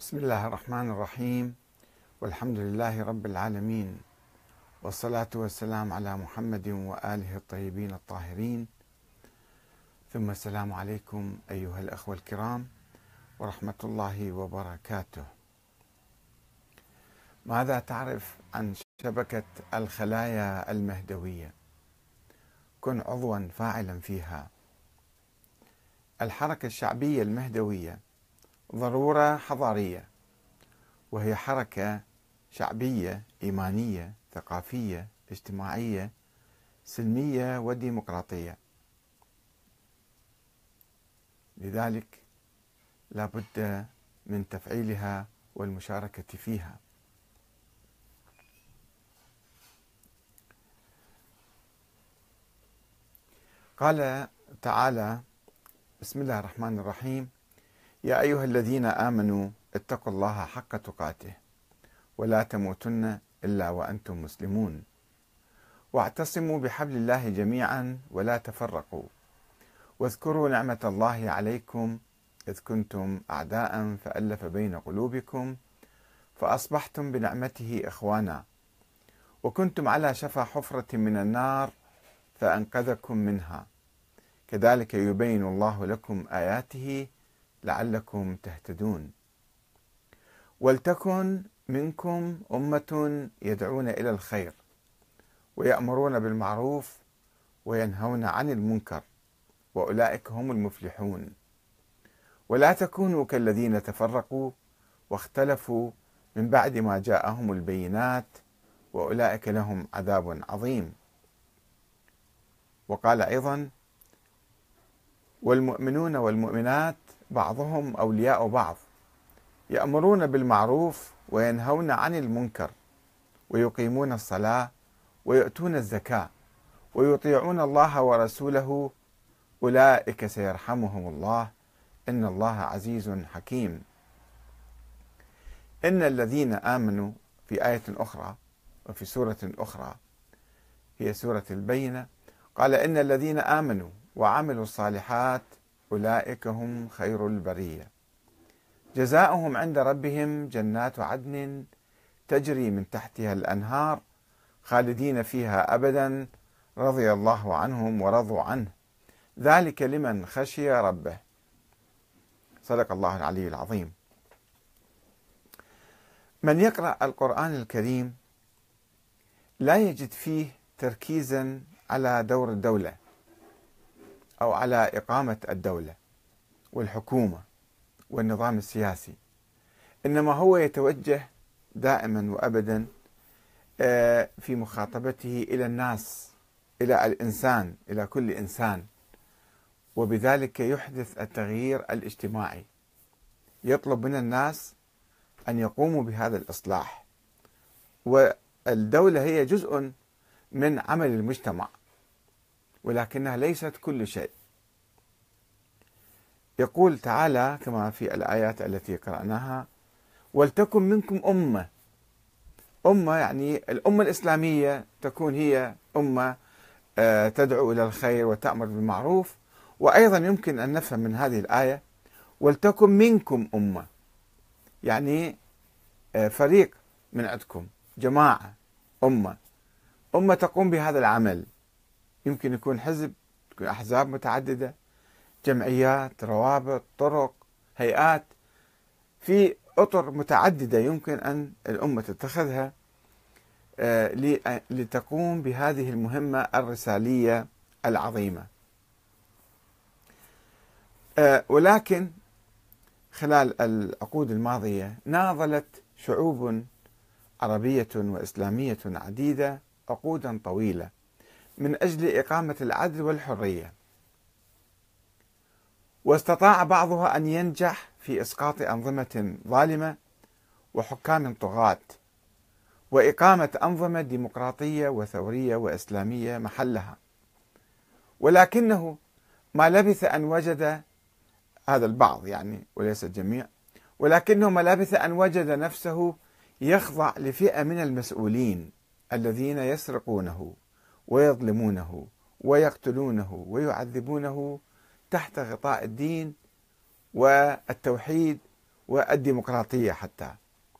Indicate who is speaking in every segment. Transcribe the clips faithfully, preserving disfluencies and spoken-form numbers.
Speaker 1: بسم الله الرحمن الرحيم، والحمد لله رب العالمين، والصلاة والسلام على محمد وآله الطيبين الطاهرين، ثم السلام عليكم أيها الأخوة الكرام ورحمة الله وبركاته. ماذا تعرف عن شبكة الخلايا المهدوية؟ كن عضوا فاعلا فيها. الحركة الشعبية المهدوية ضرورة حضارية، وهي حركة شعبية إيمانية ثقافية اجتماعية سلمية وديمقراطية، لذلك لا بد من تفعيلها والمشاركة فيها. قال تعالى: بسم الله الرحمن الرحيم: يا أيها الذين آمنوا اتقوا الله حق تقاته ولا تموتن إلا وأنتم مسلمون، واعتصموا بحبل الله جميعا ولا تفرقوا، واذكروا نعمة الله عليكم إذ كنتم أعداء فألف بين قلوبكم فأصبحتم بنعمته إخوانا، وكنتم على شفا حفرة من النار فأنقذكم منها، كذلك يبين الله لكم آياته لعلكم تهتدون. ولتكن منكم أمة يدعون إلى الخير ويأمرون بالمعروف وينهون عن المنكر وأولئك هم المفلحون. ولا تكونوا كالذين تفرقوا واختلفوا من بعد ما جاءهم البينات وأولئك لهم عذاب عظيم. وقال أيضا: والمؤمنون والمؤمنات بعضهم أولياء بعض يأمرون بالمعروف وينهون عن المنكر ويقيمون الصلاة ويؤتون الزكاة ويطيعون الله ورسوله أولئك سيرحمهم الله إن الله عزيز حكيم. إن الذين آمنوا في آية أخرى وفي سورة أخرى هي سورة البينة قال: إن الذين آمنوا وعملوا الصالحات أولئك هم خير البرية، جزاؤهم عند ربهم جنات عدن تجري من تحتها الأنهار خالدين فيها أبدا رضي الله عنهم ورضوا عنه ذلك لمن خشي ربه. صدق الله العلي العظيم. من يقرأ القرآن الكريم لا يجد فيه تركيزا على دور الدولة أو على إقامة الدولة والحكومة والنظام السياسي، إنما هو يتوجه دائما وأبدا في مخاطبته إلى الناس، إلى الإنسان، إلى كل إنسان، وبذلك يحدث التغيير الاجتماعي. يطلب من الناس أن يقوموا بهذا الإصلاح، والدولة هي جزء من عمل المجتمع ولكنها ليست كل شيء. يقول تعالى كما في الآيات التي قرأناها: ولتكن منكم أمة. أمة يعني الأمة الإسلامية تكون هي أمة تدعو إلى الخير وتأمر بالمعروف. وأيضا يمكن أن نفهم من هذه الآية ولتكن منكم أمة، يعني فريق من عندكم، جماعة، أمة أمة تقوم بهذا العمل. يمكن يكون حزب، تكون أحزاب متعددة، جمعيات، روابط، طرق، هيئات، في أطر متعددة يمكن أن الأمة تتخذها لتقوم بهذه المهمة الرسالية العظيمة. ولكن خلال العقود الماضية ناضلت شعوب عربية وإسلامية عديدة عقودا طويلة من أجل إقامة العدل والحرية، واستطاع بعضها أن ينجح في إسقاط أنظمة ظالمة وحكام طغاة وإقامة أنظمة ديمقراطية وثورية وإسلامية محلها. ولكنه ما لبث أن وجد هذا البعض، يعني وليس الجميع، ولكنه ما لبث أن وجد نفسه يخضع لفئة من المسؤولين الذين يسرقونه ويظلمونه ويقتلونه ويعذبونه تحت غطاء الدين والتوحيد والديمقراطية حتى،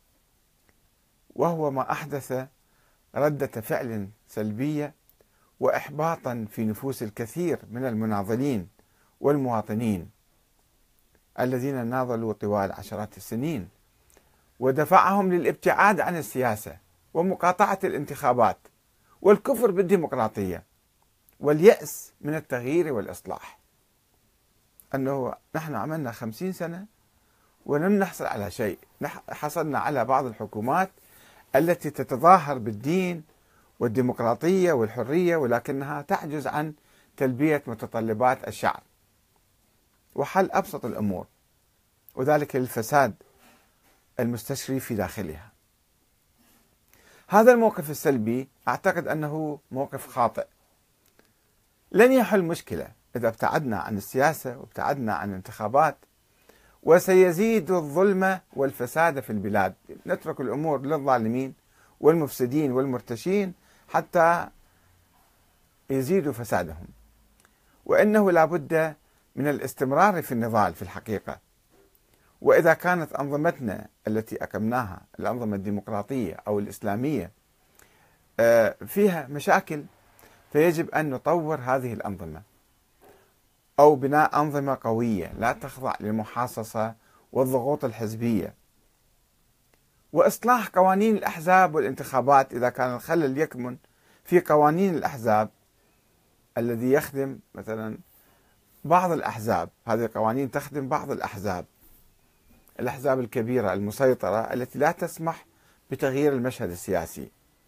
Speaker 1: وهو ما أحدث ردة فعل سلبية وإحباطا في نفوس الكثير من المناضلين والمواطنين الذين ناضلوا طوال عشرات السنين، ودفعهم للابتعاد عن السياسة ومقاطعة الانتخابات والكفر بالديمقراطية واليأس من التغيير والإصلاح. أنه نحن عملنا خمسين سنة ولم نحصل على شيء، حصلنا على بعض الحكومات التي تتظاهر بالدين والديمقراطية والحرية، ولكنها تعجز عن تلبية متطلبات الشعب وحل أبسط الأمور، وذلك للفساد المستشري في داخلها. هذا الموقف السلبي أعتقد أنه موقف خاطئ، لن يحل مشكلة إذا ابتعدنا عن السياسة وابتعدنا عن الانتخابات، وسيزيد الظلم والفساد في البلاد. نترك الأمور للظالمين والمفسدين والمرتشين حتى يزيدوا فسادهم، وإنه لا بد من الاستمرار في النضال في الحقيقة. وإذا كانت أنظمتنا التي أقمناها، الأنظمة الديمقراطية أو الإسلامية، فيها مشاكل، فيجب أن نطور هذه الأنظمة أو بناء أنظمة قوية لا تخضع للمحاصصة والضغوط الحزبية، وإصلاح قوانين الأحزاب والانتخابات إذا كان الخلل يكمن في قوانين الأحزاب الذي يخدم مثلا بعض الأحزاب. هذه القوانين تخدم بعض الأحزاب، الأحزاب الكبيرة المسيطرة التي لا تسمح بتغيير المشهد السياسي،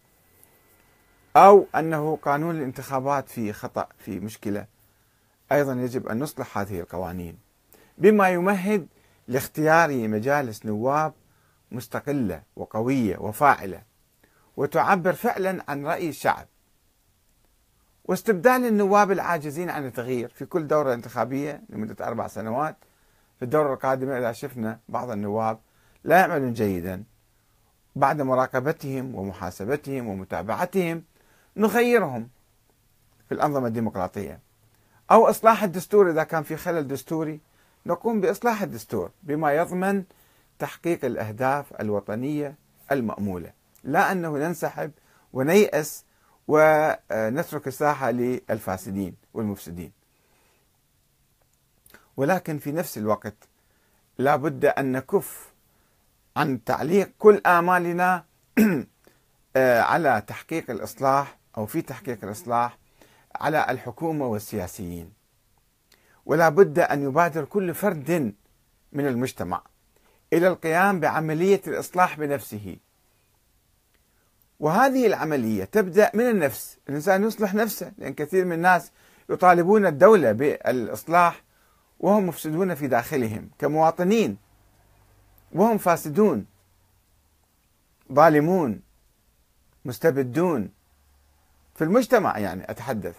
Speaker 1: أو أنه قانون الانتخابات فيه خطأ، فيه مشكلة، أيضا يجب أن نصلح هذه القوانين بما يمهد لاختيار مجالس نواب مستقلة وقوية وفاعلة وتعبر فعلا عن رأي الشعب، واستبدال النواب العاجزين عن التغيير في كل دورة انتخابية لمدة أربع سنوات. في الدورة القادمة إذا شفنا بعض النواب لا يعملون جيدا، بعد مراقبتهم ومحاسبتهم ومتابعتهم نغيرهم في الأنظمة الديمقراطية. أو إصلاح الدستور، إذا كان في خلل دستوري نقوم بإصلاح الدستور بما يضمن تحقيق الأهداف الوطنية المأمولة، لا أنه ننسحب ونيأس ونترك الساحة للفاسدين والمفسدين. ولكن في نفس الوقت لا بد أن نكف عن تعليق كل آمالنا على تحقيق الإصلاح أو في تحقيق الإصلاح على الحكومة والسياسيين، ولا بد أن يبادر كل فرد من المجتمع إلى القيام بعملية الإصلاح بنفسه. وهذه العملية تبدأ من النفس، الإنسان يصلح نفسه، لأن كثير من الناس يطالبون الدولة بالإصلاح وهم مفسدون في داخلهم كمواطنين، وهم فاسدون ظالمون مستبدون في المجتمع، يعني أتحدث.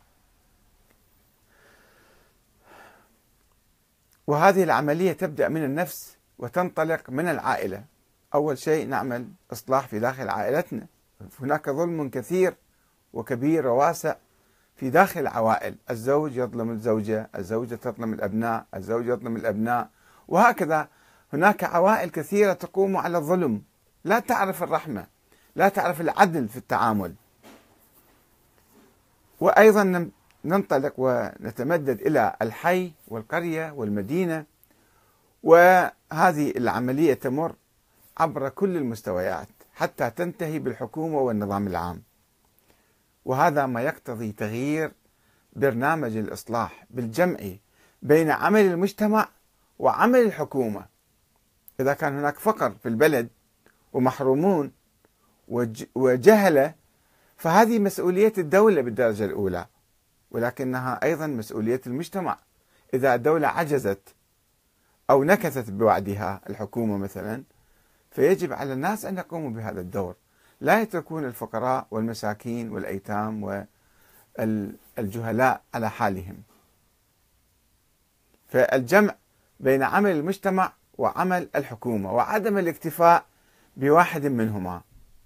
Speaker 1: وهذه العملية تبدأ من النفس وتنطلق من العائلة. أول شيء نعمل إصلاح في داخل عائلتنا، هناك ظلم كثير وكبير وواسع في داخل العوائل، الزوج يظلم الزوجة، الزوجة تظلم الأبناء، الزوج يظلم الأبناء، وهكذا. هناك عوائل كثيرة تقوم على الظلم، لا تعرف الرحمة، لا تعرف العدل في التعامل. وأيضا ننطلق ونتمدد إلى الحي والقرية والمدينة، وهذه العملية تمر عبر كل المستويات حتى تنتهي بالحكومة والنظام العام. وهذا ما يقتضي تغيير برنامج الإصلاح بالجمع بين عمل المجتمع وعمل الحكومة. إذا كان هناك فقر في البلد ومحرومون وجهلة، فهذه مسؤولية الدولة بالدرجة الأولى، ولكنها أيضا مسؤولية المجتمع. إذا الدولة عجزت أو نكثت بوعدها، الحكومة مثلا، فيجب على الناس أن يقوموا بهذا الدور، لا يتركون الفقراء والمساكين والأيتام والجهلاء على حالهم. فالجمع بين عمل المجتمع وعمل الحكومة، وعدم الاكتفاء بواحد منهما.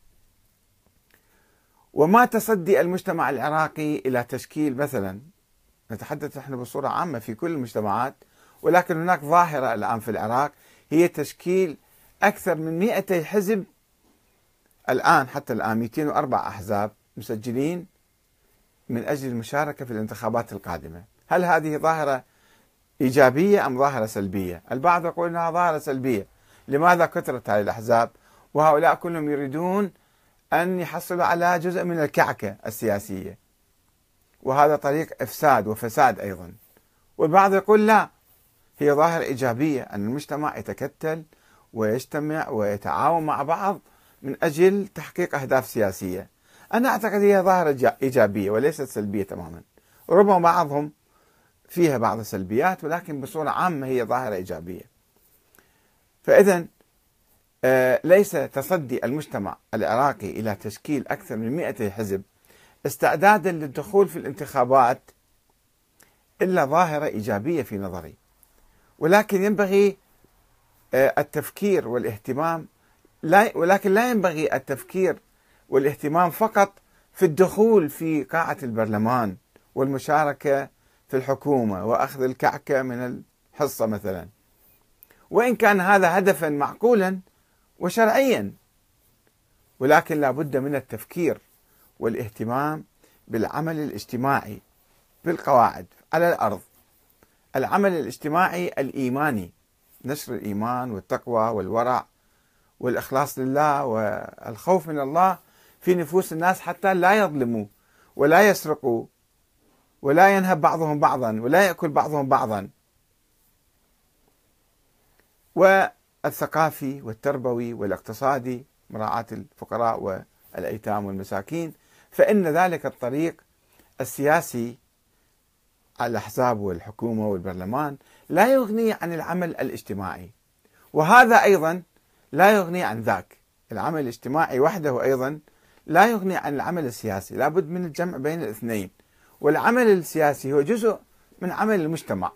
Speaker 1: وما تصدي المجتمع العراقي إلى تشكيل، مثلا نتحدث نحن بصورة عامة في كل المجتمعات، ولكن هناك ظاهرة الآن في العراق هي تشكيل أكثر من مئتي حزب الآن، حتى الآن مئتين وأربعة أحزاب مسجلين من أجل المشاركة في الانتخابات القادمة. هل هذه ظاهرة إيجابية أم ظاهرة سلبية؟ البعض يقول أنها ظاهرة سلبية. لماذا كثرت هذه الأحزاب وهؤلاء كلهم يريدون أن يحصلوا على جزء من الكعكة السياسية، وهذا طريق إفساد وفساد أيضا. والبعض يقول لا، هي ظاهرة إيجابية، أن المجتمع يتكتل ويجتمع ويتعاون مع بعض من أجل تحقيق أهداف سياسية. أنا أعتقد هي ظاهرة إيجابية وليست سلبية تماما، ربما بعضهم فيها بعض السلبيات، ولكن بصورة عامة هي ظاهرة إيجابية. فإذا ليس تصدي المجتمع العراقي إلى تشكيل أكثر من مئة حزب استعدادا للدخول في الانتخابات إلا ظاهرة إيجابية في نظري، ولكن ينبغي التفكير والاهتمام، لا ولكن لا ينبغي التفكير والاهتمام فقط في الدخول في قاعة البرلمان والمشاركة في الحكومة وأخذ الكعكة من الحصة مثلا، وإن كان هذا هدفا معقولا وشرعيا، ولكن لا بد من التفكير والاهتمام بالعمل الاجتماعي بالقواعد على الأرض، العمل الاجتماعي الإيماني، نشر الإيمان والتقوى والورع والإخلاص لله والخوف من الله في نفوس الناس، حتى لا يظلموا ولا يسرقوا ولا ينهب بعضهم بعضا ولا يأكل بعضهم بعضا. والثقافي والتربوي والاقتصادي، مراعاة الفقراء والأيتام والمساكين، فإن ذلك الطريق السياسي على الأحزاب والحكومة والبرلمان لا يغني عن العمل الاجتماعي، وهذا أيضا لا يغني عن ذاك. العمل الاجتماعي وحده أيضا لا يغني عن العمل السياسي، لا بد من الجمع بين الاثنين، والعمل السياسي هو جزء من عمل المجتمع.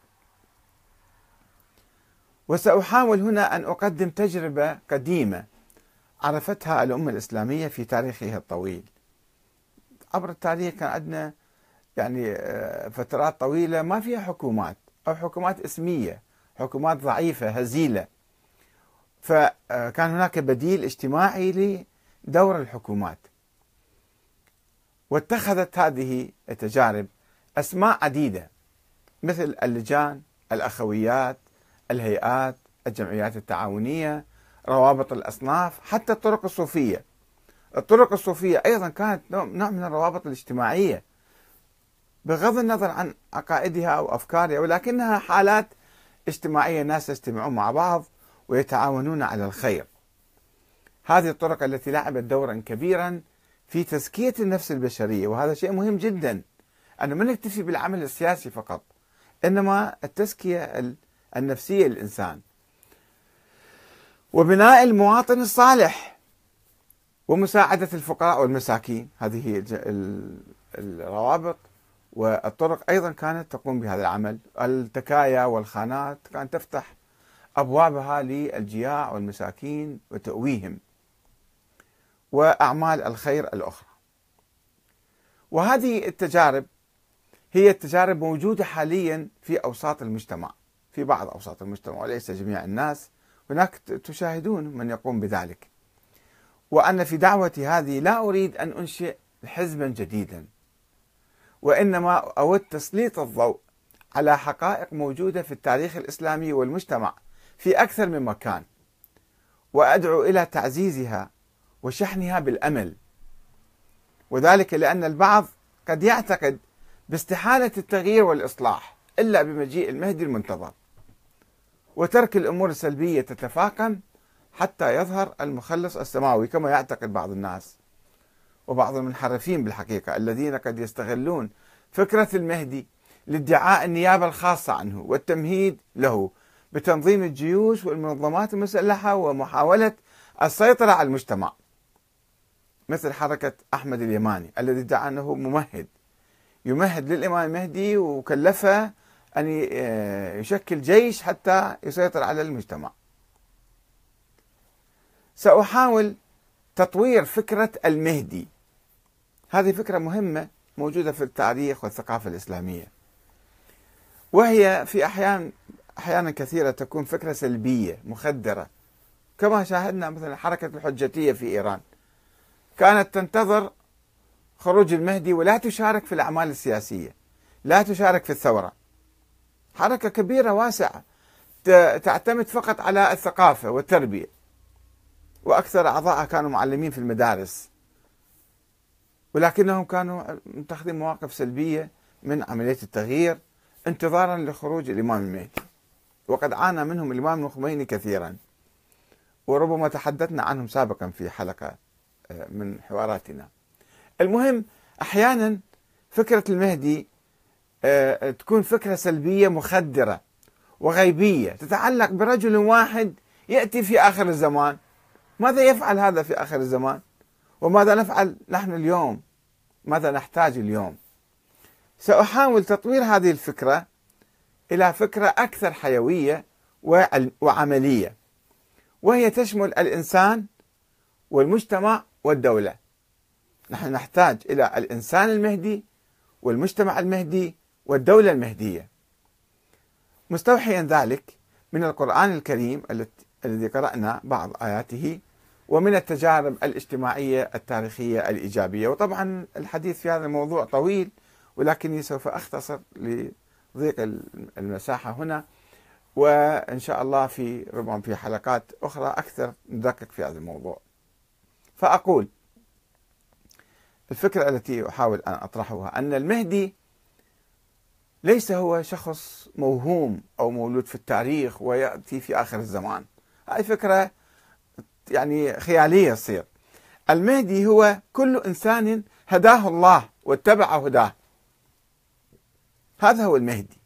Speaker 1: وسأحاول هنا أن أقدم تجربة قديمة عرفتها الأمة الإسلامية في تاريخها الطويل. عبر التاريخ كان عندنا يعني فترات طويلة ما فيها حكومات أو حكومات اسمية، حكومات ضعيفة هزيلة، فكان هناك بديل اجتماعي لدور الحكومات. واتخذت هذه التجارب أسماء عديدة، مثل اللجان، الأخويات، الهيئات، الجمعيات التعاونية، روابط الأصناف، حتى الطرق الصوفية. الطرق الصوفية أيضا كانت نوع من الروابط الاجتماعية بغض النظر عن عقائدها أو أفكارها، ولكنها حالات اجتماعية، ناس يجتمعون مع بعض ويتعاونون على الخير. هذه الطرق التي لعبت دورا كبيرا في تزكية النفس البشرية، وهذا شيء مهم جدا، أنه ما نكتفي بالعمل السياسي فقط، إنما التزكية النفسية للإنسان، وبناء المواطن الصالح، ومساعدة الفقراء والمساكين. هذه هي الروابط والطرق أيضا كانت تقوم بهذا العمل. التكايا والخانات كانت تفتح أبوابها للجياع والمساكين وتأويهم، وأعمال الخير الأخرى. وهذه التجارب هي التجارب موجودة حاليا في أوساط المجتمع، في بعض أوساط المجتمع وليس جميع الناس، هناك تشاهدون من يقوم بذلك. وأنا في دعوتي هذه لا أريد أن أنشئ حزبا جديدا، وإنما أود تسليط الضوء على حقائق موجودة في التاريخ الإسلامي والمجتمع في أكثر من مكان، وأدعو إلى تعزيزها وشحنها بالأمل. وذلك لأن البعض قد يعتقد باستحالة التغيير والإصلاح إلا بمجيء المهدي المنتظر، وترك الأمور السلبية تتفاقم حتى يظهر المخلص السماوي، كما يعتقد بعض الناس وبعض المنحرفين بالحقيقة، الذين قد يستغلون فكرة المهدي لادعاء النيابة الخاصة عنه والتمهيد له بتنظيم الجيوش والمنظمات المسلحة ومحاولة السيطرة على المجتمع، مثل حركة أحمد اليماني الذي ادعى أنه ممهد، يمهد للإمام المهدي وكلفه أن يشكل جيش حتى يسيطر على المجتمع. سأحاول تطوير فكرة المهدي، هذه فكرة مهمة موجودة في التاريخ والثقافة الإسلامية، وهي في أحيان أحيانا كثيرة تكون فكرة سلبية مخدرة، كما شاهدنا مثلا حركة الحجتية في إيران، كانت تنتظر خروج المهدي ولا تشارك في الأعمال السياسية، لا تشارك في الثورة. حركة كبيرة واسعة تعتمد فقط على الثقافة والتربية، وأكثر أعضائها كانوا معلمين في المدارس، ولكنهم كانوا متخذين مواقف سلبية من عملية التغيير انتظارا لخروج الإمام المهدي، وقد عانى منهم الإمام الخميني كثيرا، وربما تحدثنا عنهم سابقا في حلقة من حواراتنا. المهم أحيانا فكرة المهدي تكون فكرة سلبية مخدرة وغيبية تتعلق برجل واحد يأتي في آخر الزمان. ماذا يفعل هذا في آخر الزمان؟ وماذا نفعل نحن اليوم؟ ماذا نحتاج اليوم؟ سأحاول تطوير هذه الفكرة إلى فكرة أكثر حيوية وعملية، وهي تشمل الإنسان والمجتمع والدولة. نحن نحتاج إلى الإنسان المهدي والمجتمع المهدي والدولة المهدية، مستوحيا ذلك من القرآن الكريم الذي قرأنا بعض آياته، ومن التجارب الاجتماعية التاريخية الإيجابية. وطبعا الحديث في هذا الموضوع طويل، ولكني سوف أختصر لضيق المساحة هنا، وإن شاء الله في ربما في حلقات أخرى أكثر ندقق في هذا الموضوع. فأقول الفكرة التي أحاول أن أطرحها أن المهدي ليس هو شخص موهوم أو مولود في التاريخ ويأتي في آخر الزمان. هذه فكرة يعني خيالية تصير. المهدي هو كل إنسان هداه الله واتبع هداه، هذا هو المهدي.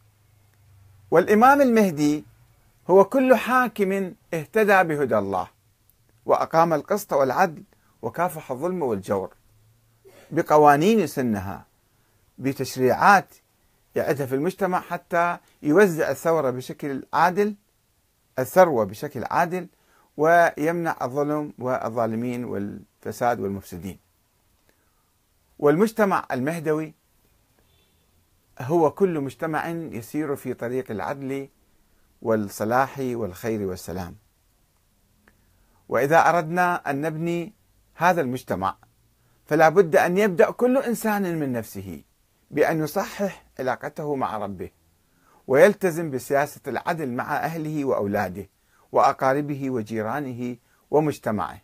Speaker 1: والإمام المهدي هو كل حاكم اهتدى بهدى الله وأقام القسط والعدل وكافح الظلم والجور بقوانين سنها، بتشريعات يعدها في المجتمع حتى يوزع الثورة بشكل عادل، الثروة بشكل عادل، ويمنع الظلم والظالمين والفساد والمفسدين. والمجتمع المهدوي هو كل مجتمع يسير في طريق العدل والصلاح والخير والسلام. وإذا أردنا أن نبني هذا المجتمع فلا بد أن يبدأ كل إنسان من نفسه بأن يصحح علاقته مع ربه، ويلتزم بسياسة العدل مع أهله وأولاده وأقاربه وجيرانه ومجتمعه.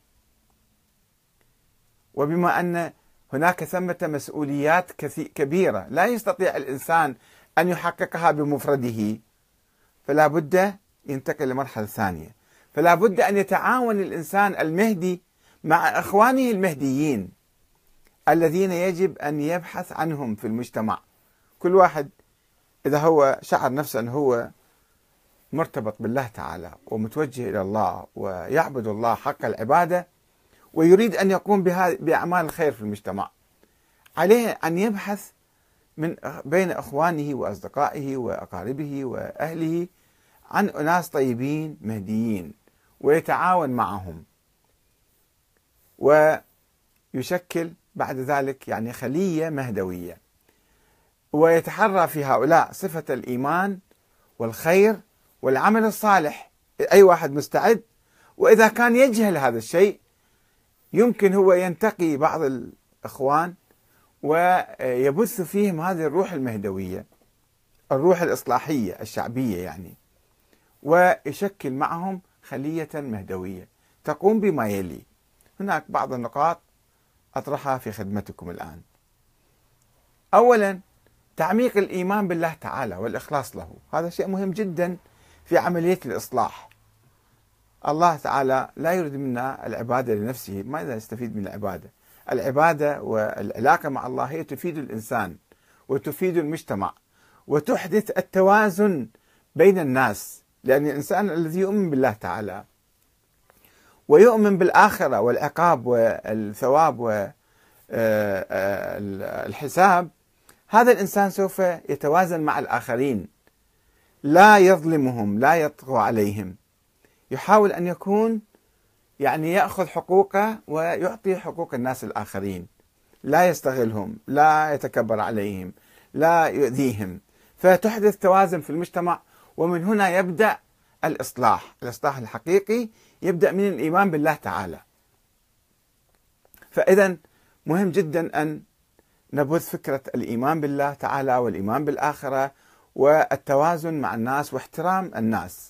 Speaker 1: وبما أن هناك ثمة مسؤوليات كبيرة لا يستطيع الإنسان أن يحققها بمفرده، فلا بد ينتقل لمرحلة ثانية، فلا بد أن يتعاون الإنسان المهدي مع إخوانه المهديين الذين يجب أن يبحث عنهم في المجتمع. كل واحد إذا هو شعر نفسه أنه هو مرتبط بالله تعالى ومتوجه إلى الله ويعبد الله حق العبادة ويريد أن يقوم بأعمال الخير في المجتمع، عليه أن يبحث من بين إخوانه وأصدقائه وأقاربه وأهله عن أناس طيبين مهديين ويتعاون معهم، ويشكل بعد ذلك يعني خلية مهدوية، ويتحرى في هؤلاء صفة الإيمان والخير والعمل الصالح. أي واحد مستعد، وإذا كان يجهل هذا الشيء يمكن هو ينتقي بعض الإخوان ويبث فيهم هذه الروح المهدوية، الروح الإصلاحية الشعبية يعني، ويشكل معهم خلية مهدوية تقوم بما يلي. هناك بعض النقاط أطرحها في خدمتكم الآن. أولا، تعميق الإيمان بالله تعالى والإخلاص له، هذا شيء مهم جدا في عملية الإصلاح. الله تعالى لا يريد منا العبادة لنفسه، ماذا نستفيد من العبادة؟ العبادة والعلاقة مع الله هي تفيد الإنسان وتفيد المجتمع وتحدث التوازن بين الناس، لأن الإنسان الذي يؤمن بالله تعالى ويؤمن بالآخرة والعقاب والثواب والحساب، هذا الإنسان سوف يتوازن مع الآخرين، لا يظلمهم، لا يطغى عليهم، يحاول أن يكون يعني يأخذ حقوقه ويعطي حقوق الناس الآخرين، لا يستغلهم، لا يتكبر عليهم، لا يؤذيهم، فتحدث توازن في المجتمع ومن هنا يبدأ الإصلاح. الإصلاح الحقيقي يبدأ من الإيمان بالله تعالى. فإذا مهم جدا أن نبث فكرة الإيمان بالله تعالى والإيمان بالآخرة والتوازن مع الناس واحترام الناس.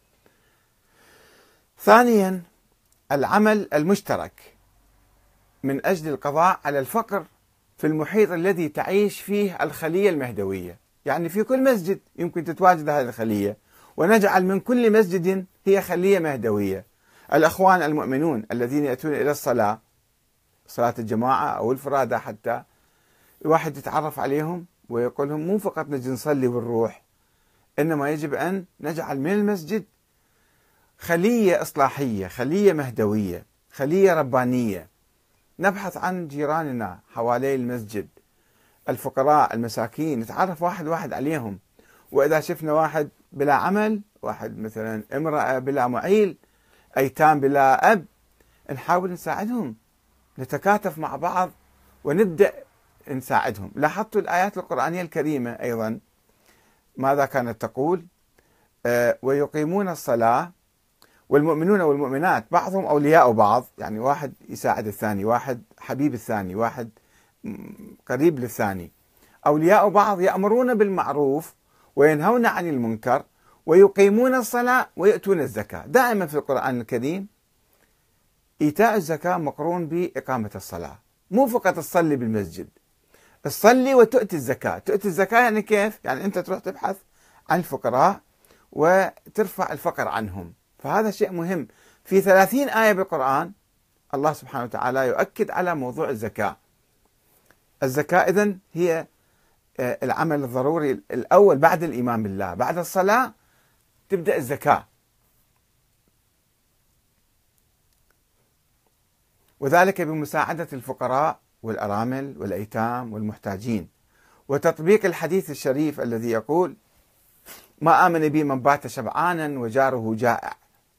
Speaker 1: ثانيا، العمل المشترك من أجل القضاء على الفقر في المحيط الذي تعيش فيه الخلية المهدوية. يعني في كل مسجد يمكن تتواجد هذه الخلية، ونجعل من كل مسجد هي خلية مهدوية. الأخوان المؤمنون الذين يأتون إلى الصلاة، صلاة الجماعة أو الفرادة، حتى الواحد يتعرف عليهم ويقول لهم مو فقط نجي نصلي بالروح، إنما يجب أن نجعل من المسجد خلية إصلاحية، خلية مهدوية، خلية ربانية. نبحث عن جيراننا حوالي المسجد، الفقراء المساكين، نتعرف واحد واحد عليهم. وإذا شفنا واحد بلا عمل، واحد مثلا امرأة بلا معيل، أيتام بلا أب، نحاول نساعدهم، نتكاتف مع بعض ونبدأ نساعدهم. لاحظتوا الآيات القرآنية الكريمة أيضا ماذا كانت تقول؟ آه ويقيمون الصلاة والمؤمنون والمؤمنات بعضهم أولياء بعض، يعني واحد يساعد الثاني، واحد حبيب الثاني، واحد قريب للثاني. أولياء بعض يأمرون بالمعروف وينهون عن المنكر ويقيمون الصلاة ويؤتون الزكاة. دائما في القرآن الكريم إيتاء الزكاة مقرون بإقامة الصلاة، مو فقط تصلي بالمسجد، تصلي وتؤتي الزكاة. تؤتي الزكاة يعني كيف؟ يعني أنت تروح تبحث عن الفقراء وترفع الفقر عنهم. فهذا شيء مهم. في ثلاثين آية بالقرآن الله سبحانه وتعالى يؤكد على موضوع الزكاة. الزكاة إذن هي العمل الضروري الأول بعد الإيمان بالله. بعد الصلاة تبدأ الزكاة، وذلك بمساعدة الفقراء والأرامل والأيتام والمحتاجين، وتطبيق الحديث الشريف الذي يقول ما آمن بي من بات شبعانا وجاره جائع.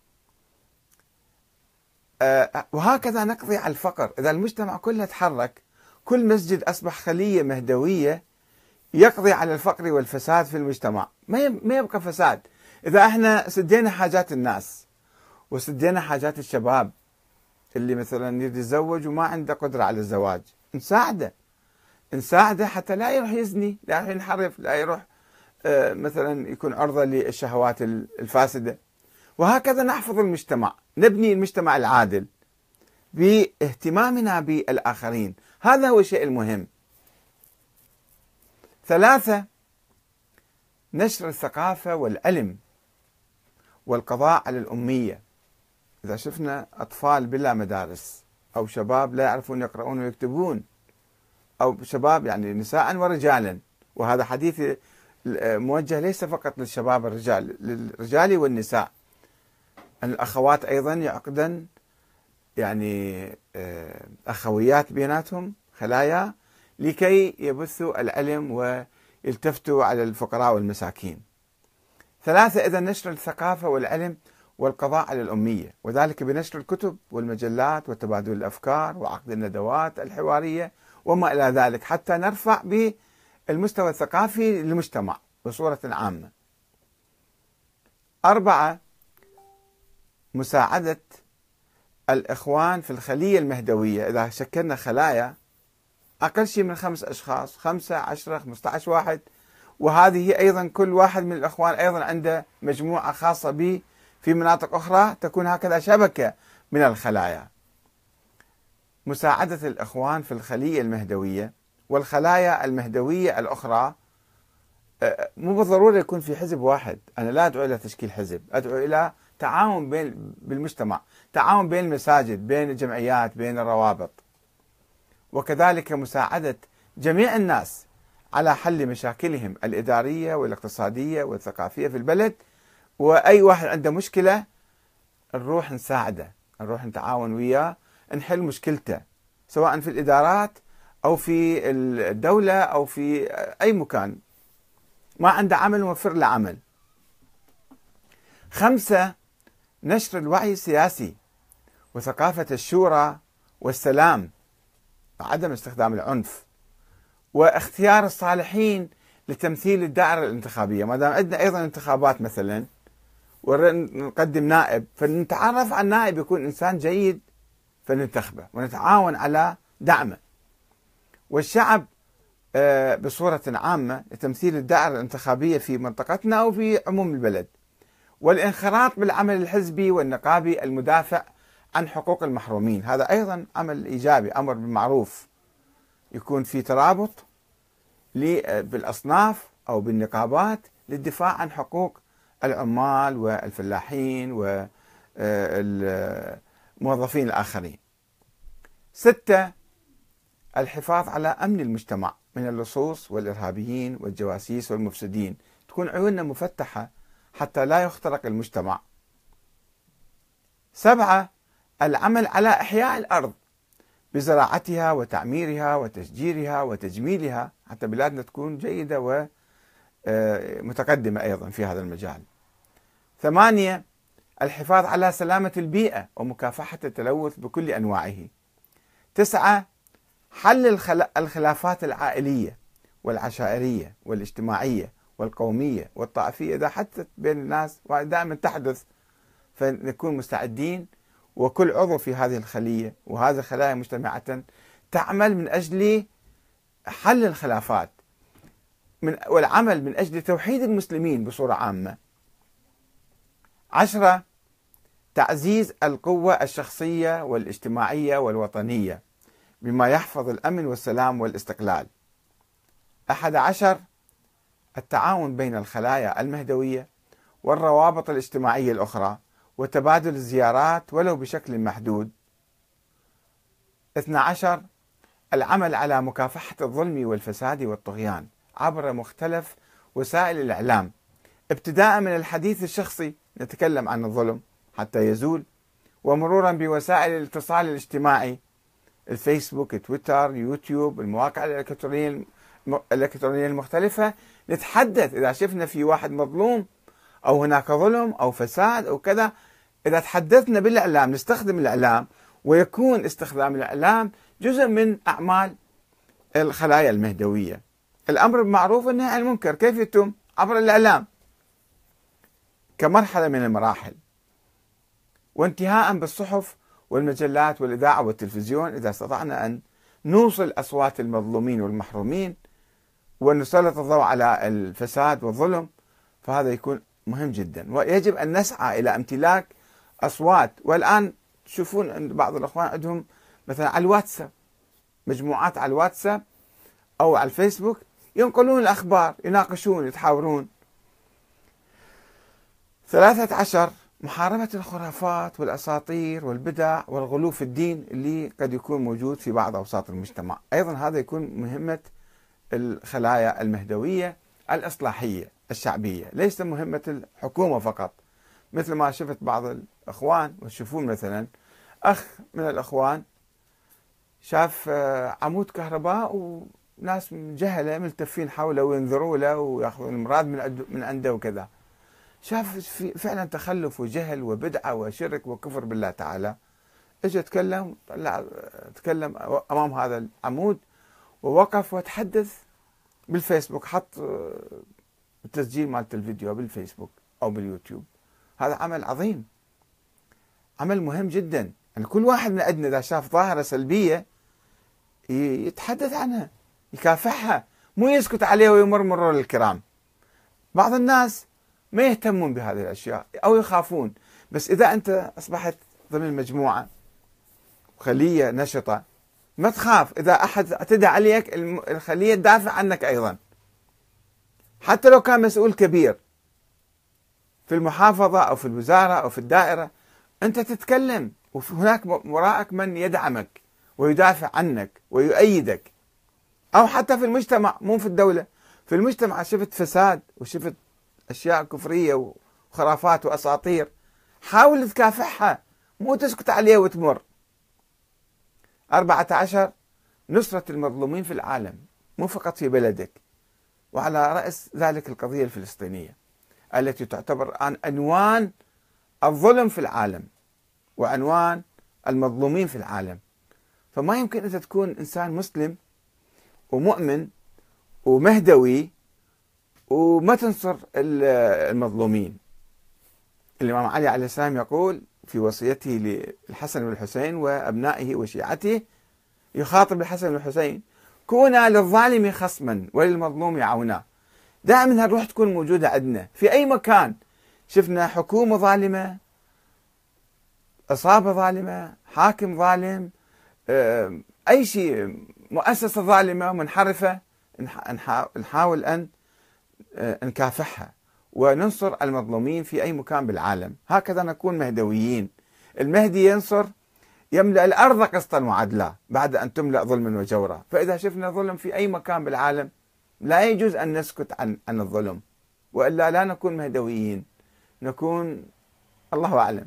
Speaker 1: وهكذا نقضي على الفقر. إذا المجتمع كله تحرك، كل مسجد أصبح خلية مهدوية يقضي على الفقر والفساد في المجتمع، ما يبقى فساد. إذا احنا سدينا حاجات الناس وسدينا حاجات الشباب اللي مثلا يريد يتزوج وما عنده قدرة على الزواج، نساعده نساعده حتى لا يروح يزني، لا يروح ينحرف، لا يروح مثلا يكون عرضة للشهوات الفاسدة. وهكذا نحفظ المجتمع، نبني المجتمع العادل باهتمامنا بالآخرين. هذا هو الشيء المهم. ثلاثة، نشر الثقافة والعلم والقضاء على الأمية. إذا شفنا أطفال بلا مدارس أو شباب لا يعرفون يقرؤون ويكتبون، أو شباب يعني نساء ورجالا، وهذا حديث موجه ليس فقط للشباب الرجال، للرجال والنساء. الأخوات أيضا يعقدن يعني أخويات بيناتهم، خلايا، لكي يبثوا العلم ويلتفتوا على الفقراء والمساكين. ثلاثة، إذا نشر الثقافة والعلم والقضاء على الأمية، وذلك بنشر الكتب والمجلات وتبادل الأفكار وعقد الندوات الحوارية وما إلى ذلك، حتى نرفع بالمستوى الثقافي للمجتمع بصورة عامة. أربعة، مساعدة الإخوان في الخلية المهدوية. إذا شكلنا خلايا أقل شيء من خمس أشخاص، خمسة، عشرة، خمسة عشر واحد، وهذه أيضا كل واحد من الإخوان أيضا عنده مجموعة خاصة به في مناطق أخرى، تكون هكذا شبكة من الخلايا. مساعدة الإخوان في الخلية المهدوية والخلايا المهدوية الأخرى. مو بالضرورة يكون في حزب واحد، أنا لا أدعو إلى تشكيل حزب، أدعو إلى تعاون بين بالمجتمع، تعاون بين المساجد، بين الجمعيات، بين الروابط. وكذلك مساعدة جميع الناس على حل مشاكلهم الإدارية والاقتصادية والثقافية في البلد. وأي واحد عنده مشكلة نروح نساعده، نروح نتعاون وياه، نحل مشكلته، سواء في الإدارات أو في الدولة أو في أي مكان ما عنده عمل نوفر له عمل. خمسة، نشر الوعي السياسي وثقافة الشورى والسلام، عدم استخدام العنف، واختيار الصالحين لتمثيل الدائرة الانتخابية. ما دام عندنا أيضا انتخابات مثلا ونقدم نائب، فنتعرف على النائب يكون إنسان جيد فننتخبه ونتعاون على دعمه. والشعب بصورة عامة لتمثيل الدائرة الانتخابية في منطقتنا أو في عموم البلد، والانخراط بالعمل الحزبي والنقابي المدافع عن حقوق المحرومين. هذا أيضا عمل إيجابي، أمر بالمعروف، يكون في ترابط بالأصناف أو بالنقابات للدفاع عن حقوق العمال والفلاحين والموظفين الآخرين. ستة، الحفاظ على أمن المجتمع من اللصوص والإرهابيين والجواسيس والمفسدين، تكون عيوننا مفتحة حتى لا يخترق المجتمع. سبعة، العمل على إحياء الأرض بزراعتها وتعميرها وتشجيرها وتجميلها حتى بلادنا تكون جيدة ومتقدمة أيضا في هذا المجال. ثمانية، الحفاظ على سلامة البيئة ومكافحة التلوث بكل أنواعه. تسعة، حل الخلافات العائلية والعشائرية والاجتماعية والقومية والطائفية إذا حدثت بين الناس، ودائما تحدث، فنكون مستعدين، وكل عضو في هذه الخلية وهذه الخلايا مجتمعة تعمل من أجل حل الخلافات من والعمل من أجل توحيد المسلمين بصورة عامة. عشرة، تعزيز القوة الشخصية والاجتماعية والوطنية بما يحفظ الأمن والسلام والاستقلال. أحد عشر، التعاون بين الخلايا المهدوية والروابط الاجتماعية الأخرى وتبادل الزيارات ولو بشكل محدود. اثني عشر، العمل على مكافحة الظلم والفساد والطغيان عبر مختلف وسائل الإعلام، ابتداء من الحديث الشخصي نتكلم عن الظلم حتى يزول، ومرورا بوسائل الاتصال الاجتماعي، الفيسبوك، تويتر، يوتيوب، المواقع الإلكترونية الإلكترونية المختلفة، نتحدث إذا شفنا في واحد مظلوم أو هناك ظلم أو فساد أو كذا، إذا تحدثنا بالإعلام نستخدم الإعلام، ويكون استخدام الإعلام جزء من أعمال الخلايا المهدوية. الأمر بالمعروف والنهي عن المنكر كيف يتم؟ عبر الإعلام كمرحلة من المراحل، وانتهاء بالصحف والمجلات والإذاعة والتلفزيون إذا استطعنا أن نوصل أصوات المظلومين والمحرومين ونسلط الضوء على الفساد والظلم، فهذا يكون مهم جدا. ويجب أن نسعى إلى امتلاك أصوات. والآن تشوفون أن بعض الأخوان عندهم مثلا على الواتساب، مجموعات على الواتساب أو على الفيسبوك ينقلون الأخبار، يناقشون، يتحاورون. ثلاثة عشر، محاربة الخرافات والأساطير والبدع والغلو في الدين اللي قد يكون موجود في بعض أوساط المجتمع. أيضا هذا يكون مهمة الخلايا المهدوية الإصلاحية الشعبية، ليس مهمة الحكومة فقط. مثل ما شفت بعض الأخوان وتشوفون مثلا أخ من الأخوان شاف عمود كهرباء وناس جهلة ملتفين حوله وينذروا له ويأخذون المراد من عنده وكذا، شاف في فعلا تخلف وجهل وبدعة وشرك وكفر بالله تعالى. اجى تكلم طلع تكلم امام هذا العمود ووقف وتحدث بالفيسبوك، حط التسجيل مالت الفيديو بالفيسبوك او باليوتيوب. هذا عمل عظيم، عمل مهم جدا. يعني كل واحد من عندنا اذا شاف ظاهرة سلبية يتحدث عنها، يكافحها، مو يسكت عليها ويمر مرور الكرام. بعض الناس ما يهتمون بهذه الأشياء أو يخافون، بس إذا أنت أصبحت ضمن مجموعة خلية نشطة ما تخاف، إذا أحد اعتدى عليك الخلية تدافع عنك أيضا، حتى لو كان مسؤول كبير في المحافظة أو في الوزارة أو في الدائرة، أنت تتكلم وهناك وراءك من يدعمك ويدافع عنك ويؤيدك. أو حتى في المجتمع، مو في الدولة، في المجتمع شفت فساد وشفت أشياء كفرية وخرافات وأساطير، حاول تكافحها، مو تسكت عليها وتمر. أربعة عشر، نصرة المظلومين في العالم، مو فقط في بلدك، وعلى رأس ذلك القضية الفلسطينية التي تعتبر الآن عنوان الظلم في العالم وعنوان المظلومين في العالم. فما يمكن أنت تكون إنسان مسلم ومؤمن ومهدوي وما تنصر المظلومين. الإمام علي عليه السلام يقول في وصيته للحسن والحسين وأبنائه وشيعته، يخاطب الحسن والحسين: كونا للظالم خصما وللمظلوم عونا. دائما هالروح تكون موجودة عندنا في أي مكان شفنا حكومة ظالمة، عصابة ظالمة، حاكم ظالم، أي شيء، مؤسسة ظالمة منحرفة، نحاول أن نكافحها وننصر المظلومين في أي مكان بالعالم. هكذا نكون مهدويين. المهدي ينصر، يملأ الأرض قسطا وعدلا بعد أن تملأ ظلما وجورا. فإذا شفنا ظلم في أي مكان بالعالم لا يجوز أن نسكت عن عن الظلم، وإلا لا نكون مهدويين، نكون الله أعلم.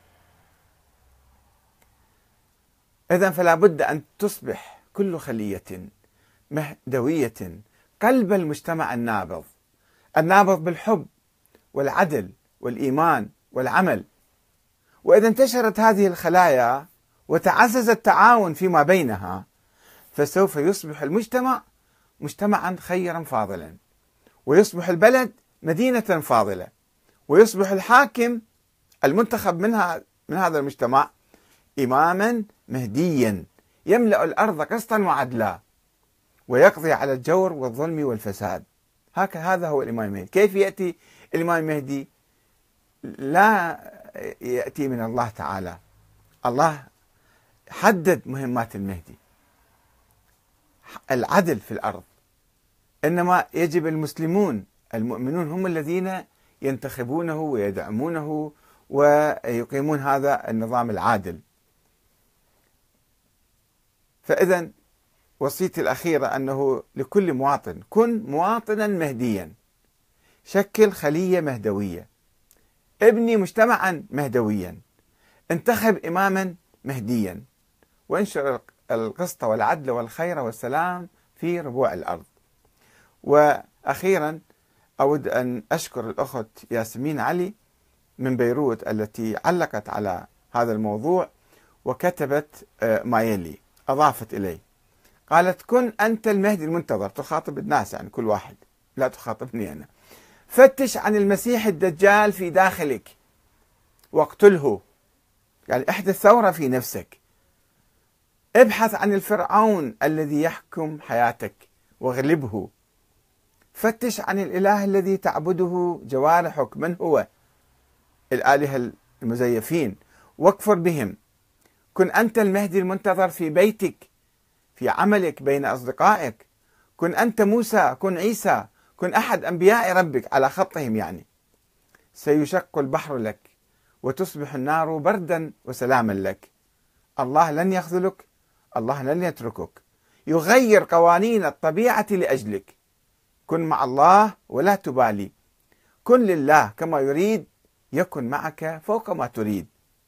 Speaker 1: إذن فلا بد أن تصبح كل خلية مهدوية قلب المجتمع النابض، النابض بالحب والعدل والإيمان والعمل. وإذا انتشرت هذه الخلايا وتعزز التعاون فيما بينها، فسوف يصبح المجتمع مجتمعا خيرا فاضلا، ويصبح البلد مدينة فاضلة، ويصبح الحاكم المنتخب منها من هذا المجتمع إماما مهديا يملأ الأرض قسطا وعدلا ويقضي على الجور والظلم والفساد. هكذا هو الإمام المهدي. كيف يأتي الإمام المهدي؟ لا يأتي من الله تعالى، الله حدد مهمات المهدي، العدل في الأرض، إنما يجب المسلمون المؤمنون هم الذين ينتخبونه ويدعمونه ويقيمون هذا النظام العادل. فإذا وصيتي الأخيرة أنه لكل مواطن: كن مواطنا مهديا، شكل خلية مهدوية، ابني مجتمعا مهدويا، انتخب إماما مهديا، وانشر القسط والعدل والخير والسلام في ربوع الأرض. وأخيرا أود أن أشكر الأخت ياسمين علي من بيروت التي علقت على هذا الموضوع وكتبت ما يلي، أضافت إليه، قالت: كن أنت المهدي المنتظر، تخاطب الناس يعني كل واحد، لا تخاطبني أنا. فتش عن المسيح الدجال في داخلك واقتله، يعني احدث ثورة في نفسك. ابحث عن الفرعون الذي يحكم حياتك واغلبه. فتش عن الإله الذي تعبده جوارحك، من هو؟ الآلهة المزيفين، واكفر بهم. كن أنت المهدي المنتظر في بيتك، في عملك، بين أصدقائك. كن أنت موسى، كن عيسى، كن أحد أنبياء ربك على خطهم يعني. سيشق البحر لك وتصبح النار بردا وسلاما لك. الله لن يخذلك، الله لن يتركك، يغير قوانين الطبيعة لأجلك. كن مع الله ولا تبالي، كن لله كما يريد يكن معك فوق ما تريد.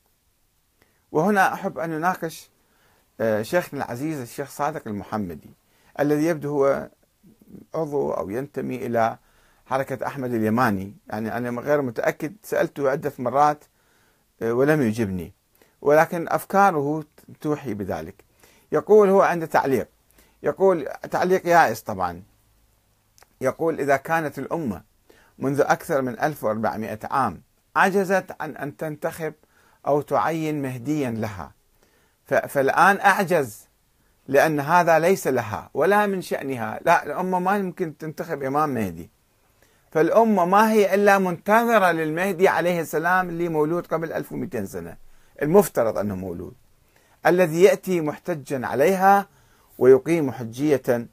Speaker 1: وهنا أحب أن نناقش شيخنا العزيز الشيخ صادق المحمدي، الذي يبدو هو عضو أو ينتمي إلى حركة أحمد اليماني، يعني أنا غير متأكد، سألته عدة مرات ولم يجبني، ولكن أفكاره توحي بذلك. يقول هو عنده تعليق، يقول تعليق يائس طبعا، يقول: إذا كانت الأمة منذ أكثر من ألف وأربعمائة عام عجزت عن أن تنتخب أو تعين مهديا لها، فالآن أعجز، لأن هذا ليس لها ولا من شأنها. لا، الأمة ما يمكن تنتخب إمام مهدي، فالأمة ما هي إلا منتظرة للمهدي عليه السلام اللي مولود قبل ألف ومئتين سنة، المفترض أنه مولود، الذي يأتي محتجا عليها ويقيم حجية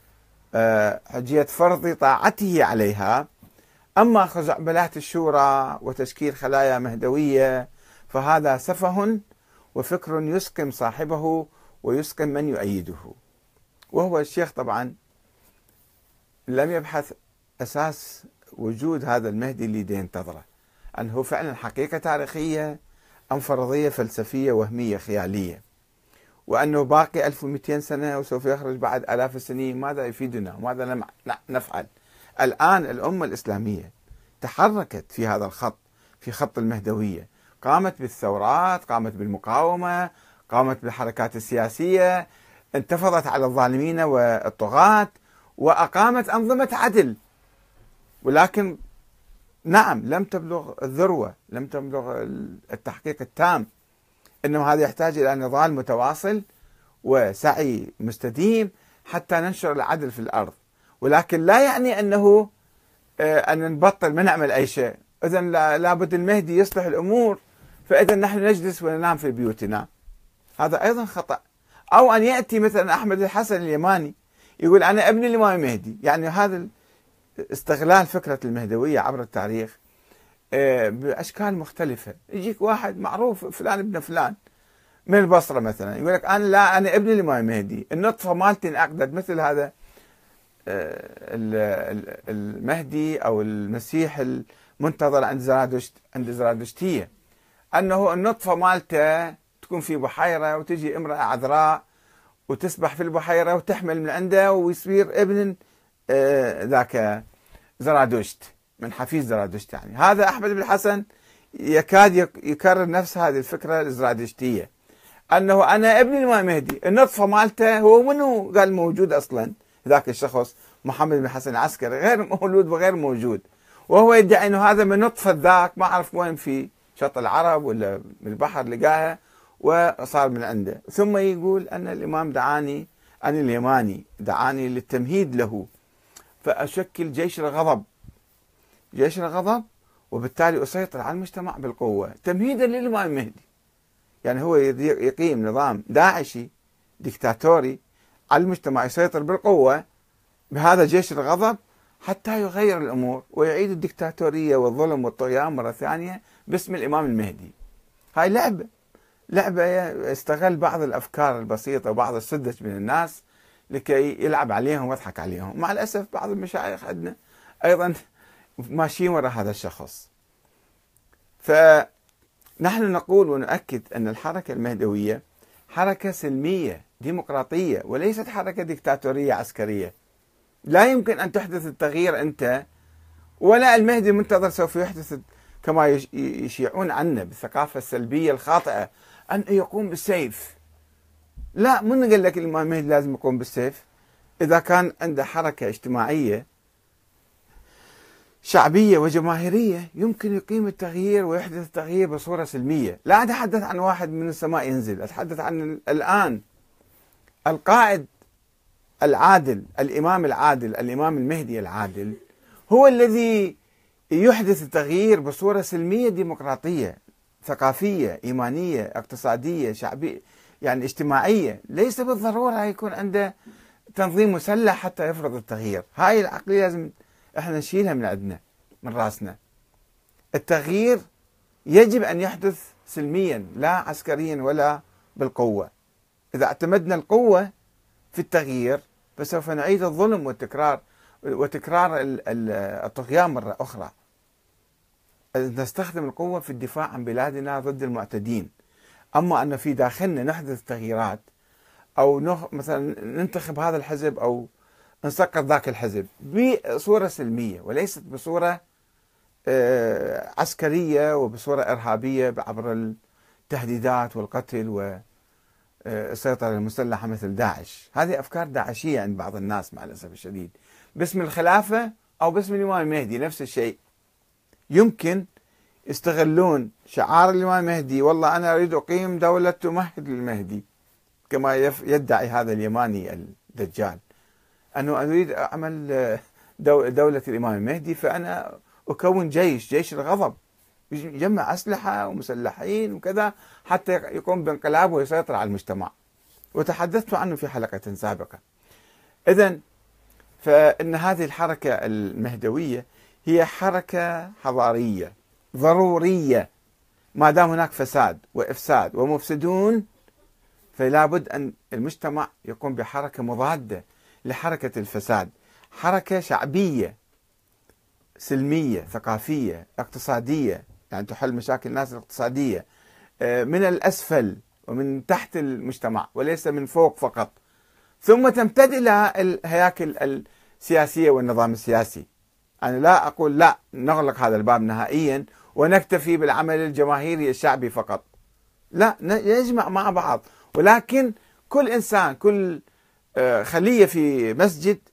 Speaker 1: حجية فرض طاعته عليها. أما خزعبلات الشورى وتشكيل خلايا مهدوية فهذا سفه وفكر يسقم صاحبه ويسقم من يؤيده. وهو الشيخ طبعا لم يبحث أساس وجود هذا المهدي اللي ينتظره، أنه فعلا حقيقة تاريخية أم فرضية فلسفية وهمية خيالية، وأنه باقي ألف ومئتين سنة وسوف يخرج بعد آلاف السنين. ماذا يفيدنا؟ ماذا نفعل؟ الآن الأمة الإسلامية تحركت في هذا الخط، في خط المهدوية، قامت بالثورات، قامت بالمقاومة، قامت بالحركات السياسية، انتفضت على الظالمين والطغاة، وأقامت أنظمة عدل ولكن نعم لم تبلغ الذروة، لم تبلغ التحقيق التام، إنما هذا يحتاج إلى نضال متواصل وسعي مستديم حتى ننشر العدل في الأرض. ولكن لا يعني أنه أن نبطل ما نعمل أي شيء. إذا لابد المهدي يصلح الأمور، فإذا نحن نجلس وننام في بيوتنا، هذا أيضا خطأ. أو أن يأتي مثلا أحمد الحسن اليماني يقول أنا ابن الإمام المهدي، يعني هذا استغلال فكرة المهدوية عبر التاريخ بأشكال مختلفة. يجيك واحد معروف فلان ابن فلان من البصرة مثلا يقول لك أنا لا أنا ابن الإمام المهدي، النطفة مالتي انعقدت مثل هذا المهدي أو المسيح المنتظر عند زرادشت عند زرادشتية، أنه النطفة مالته تكون في بحيرة وتجي امرأة عذراء وتسبح في البحيرة وتحمل من عنده ويصير ابن ذاك زرادشت من حفيد زرادشت. يعني هذا أحمد بن الحسن يكاد يكرر نفس هذه الفكرة الزرادشتية، أنه أنا ابن الإمام المهدي، النطفة مالته هو منو قال موجود أصلا ذاك الشخص محمد بن حسن العسكري غير مولود وغير موجود، وهو يدعي أنه هذا من نطفة ذاك ما أعرف وين في شط العرب ولا من البحر لقاها وصار من عنده. ثم يقول أن الإمام دعاني أن اليماني دعاني للتمهيد له فأشكل جيش الغضب جيش الغضب وبالتالي أسيطر على المجتمع بالقوة تمهيدا للإمام المهدي. يعني هو يقيم نظام داعشي ديكتاتوري على المجتمع، يسيطر بالقوة بهذا جيش الغضب حتى يغير الأمور ويعيد الديكتاتورية والظلم والطغيان مرة ثانية باسم الإمام المهدي. هاي لعبة لعبة يستغل بعض الأفكار البسيطة وبعض السذج من الناس لكي يلعب عليهم ويضحك عليهم. مع الأسف بعض المشايخ عندنا أيضا ماشيين وراء هذا الشخص. فنحن نقول ونؤكد أن الحركة المهدوية حركة سلمية ديمقراطية وليست حركة ديكتاتورية عسكرية. لا يمكن أن تحدث التغيير أنت، ولا المهدي المنتظر سوف يحدث كما يشيعون عنا بالثقافة السلبية الخاطئة أن يقوم بالسيف. لا، من قال لك الإمام المهدي لازم يقوم بالسيف؟ إذا كان عنده حركة اجتماعية شعبية وجماهيرية يمكن يقيم التغيير ويحدث التغيير بصورة سلمية. لا أتحدث عن واحد من السماء ينزل، أتحدث عن الآن القائد العادل، الإمام العادل، الإمام المهدي العادل هو الذي يحدث التغيير بصورة سلمية ديمقراطية ثقافية إيمانية اقتصادية شعبية يعني اجتماعية. ليس بالضرورة يكون عنده تنظيم مسلح حتى يفرض التغيير. هاي العقلية لازم احنا نشيلها من عندنا من راسنا. التغيير يجب أن يحدث سلميا لا عسكريا ولا بالقوة. إذا اعتمدنا القوة في التغيير فسوف نعيد الظلم والتكرار وتكرار الطغيان مرة أخرى. نستخدم القوة في الدفاع عن بلادنا ضد المعتدين. أما أن في داخلنا نحدث تغييرات أو مثلا ننتخب هذا الحزب أو نسقط ذاك الحزب بصورة سلمية وليست بصورة عسكرية وبصورة إرهابية عبر التهديدات والقتل والسيطرة المسلحة مثل داعش. هذه أفكار داعشية عند بعض الناس مع الأسف الشديد باسم الخلافة أو باسم الإمام المهدي نفس الشيء. يمكن يستغلون شعار الإمام المهدي، والله أنا أريد أقيم دولة تمهد للمهدي كما يدعي هذا اليماني الدجال، أنه أريد أعمل دولة الإمام المهدي فأنا أكون جيش جيش الغضب يجمع أسلحة ومسلحين وكذا حتى يقوم بانقلاب ويسيطر على المجتمع، وتحدثت عنه في حلقة سابقة. إذن فإن هذه الحركة المهدوية هي حركة حضارية ضرورية. ما دام هناك فساد وإفساد ومفسدون فلا بد أن المجتمع يقوم بحركة مضادة لحركة الفساد، حركة شعبية سلمية ثقافية اقتصادية، يعني تحل مشاكل الناس الاقتصادية من الأسفل ومن تحت المجتمع وليس من فوق فقط، ثم تمتد إلى الهياكل السياسية والنظام السياسي. أنا لا أقول لا نغلق هذا الباب نهائيا ونكتفي بالعمل الجماهيري الشعبي فقط، لا، نجمع مع بعض، ولكن كل إنسان كل خلية في مسجد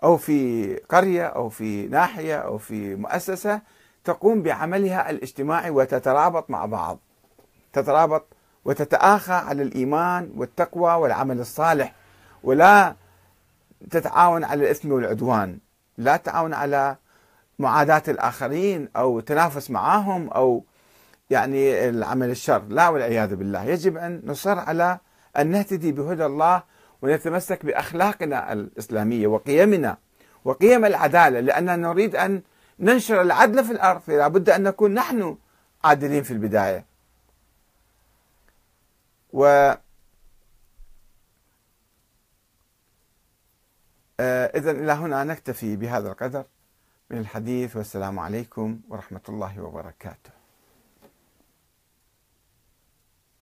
Speaker 1: أو في قرية أو في ناحية أو في مؤسسة تقوم بعملها الاجتماعي وتترابط مع بعض، تترابط وتتآخى على الإيمان والتقوى والعمل الصالح، ولا تتعاون على الإثم والعدوان، لا تعاون على معاداة الآخرين أو تنافس معهم أو يعني العمل الشر، لا والعياذ بالله. يجب أن نصر على أن نهتدي بهدى الله ونتمسك بأخلاقنا الإسلامية وقيمنا وقيم العدالة، لأننا نريد أن ننشر العدل في الأرض، فلا بد أن نكون نحن عادلين في البداية. و إذا إلى هنا نكتفي بهذا القدر من الحديث، والسلام عليكم ورحمة الله وبركاته.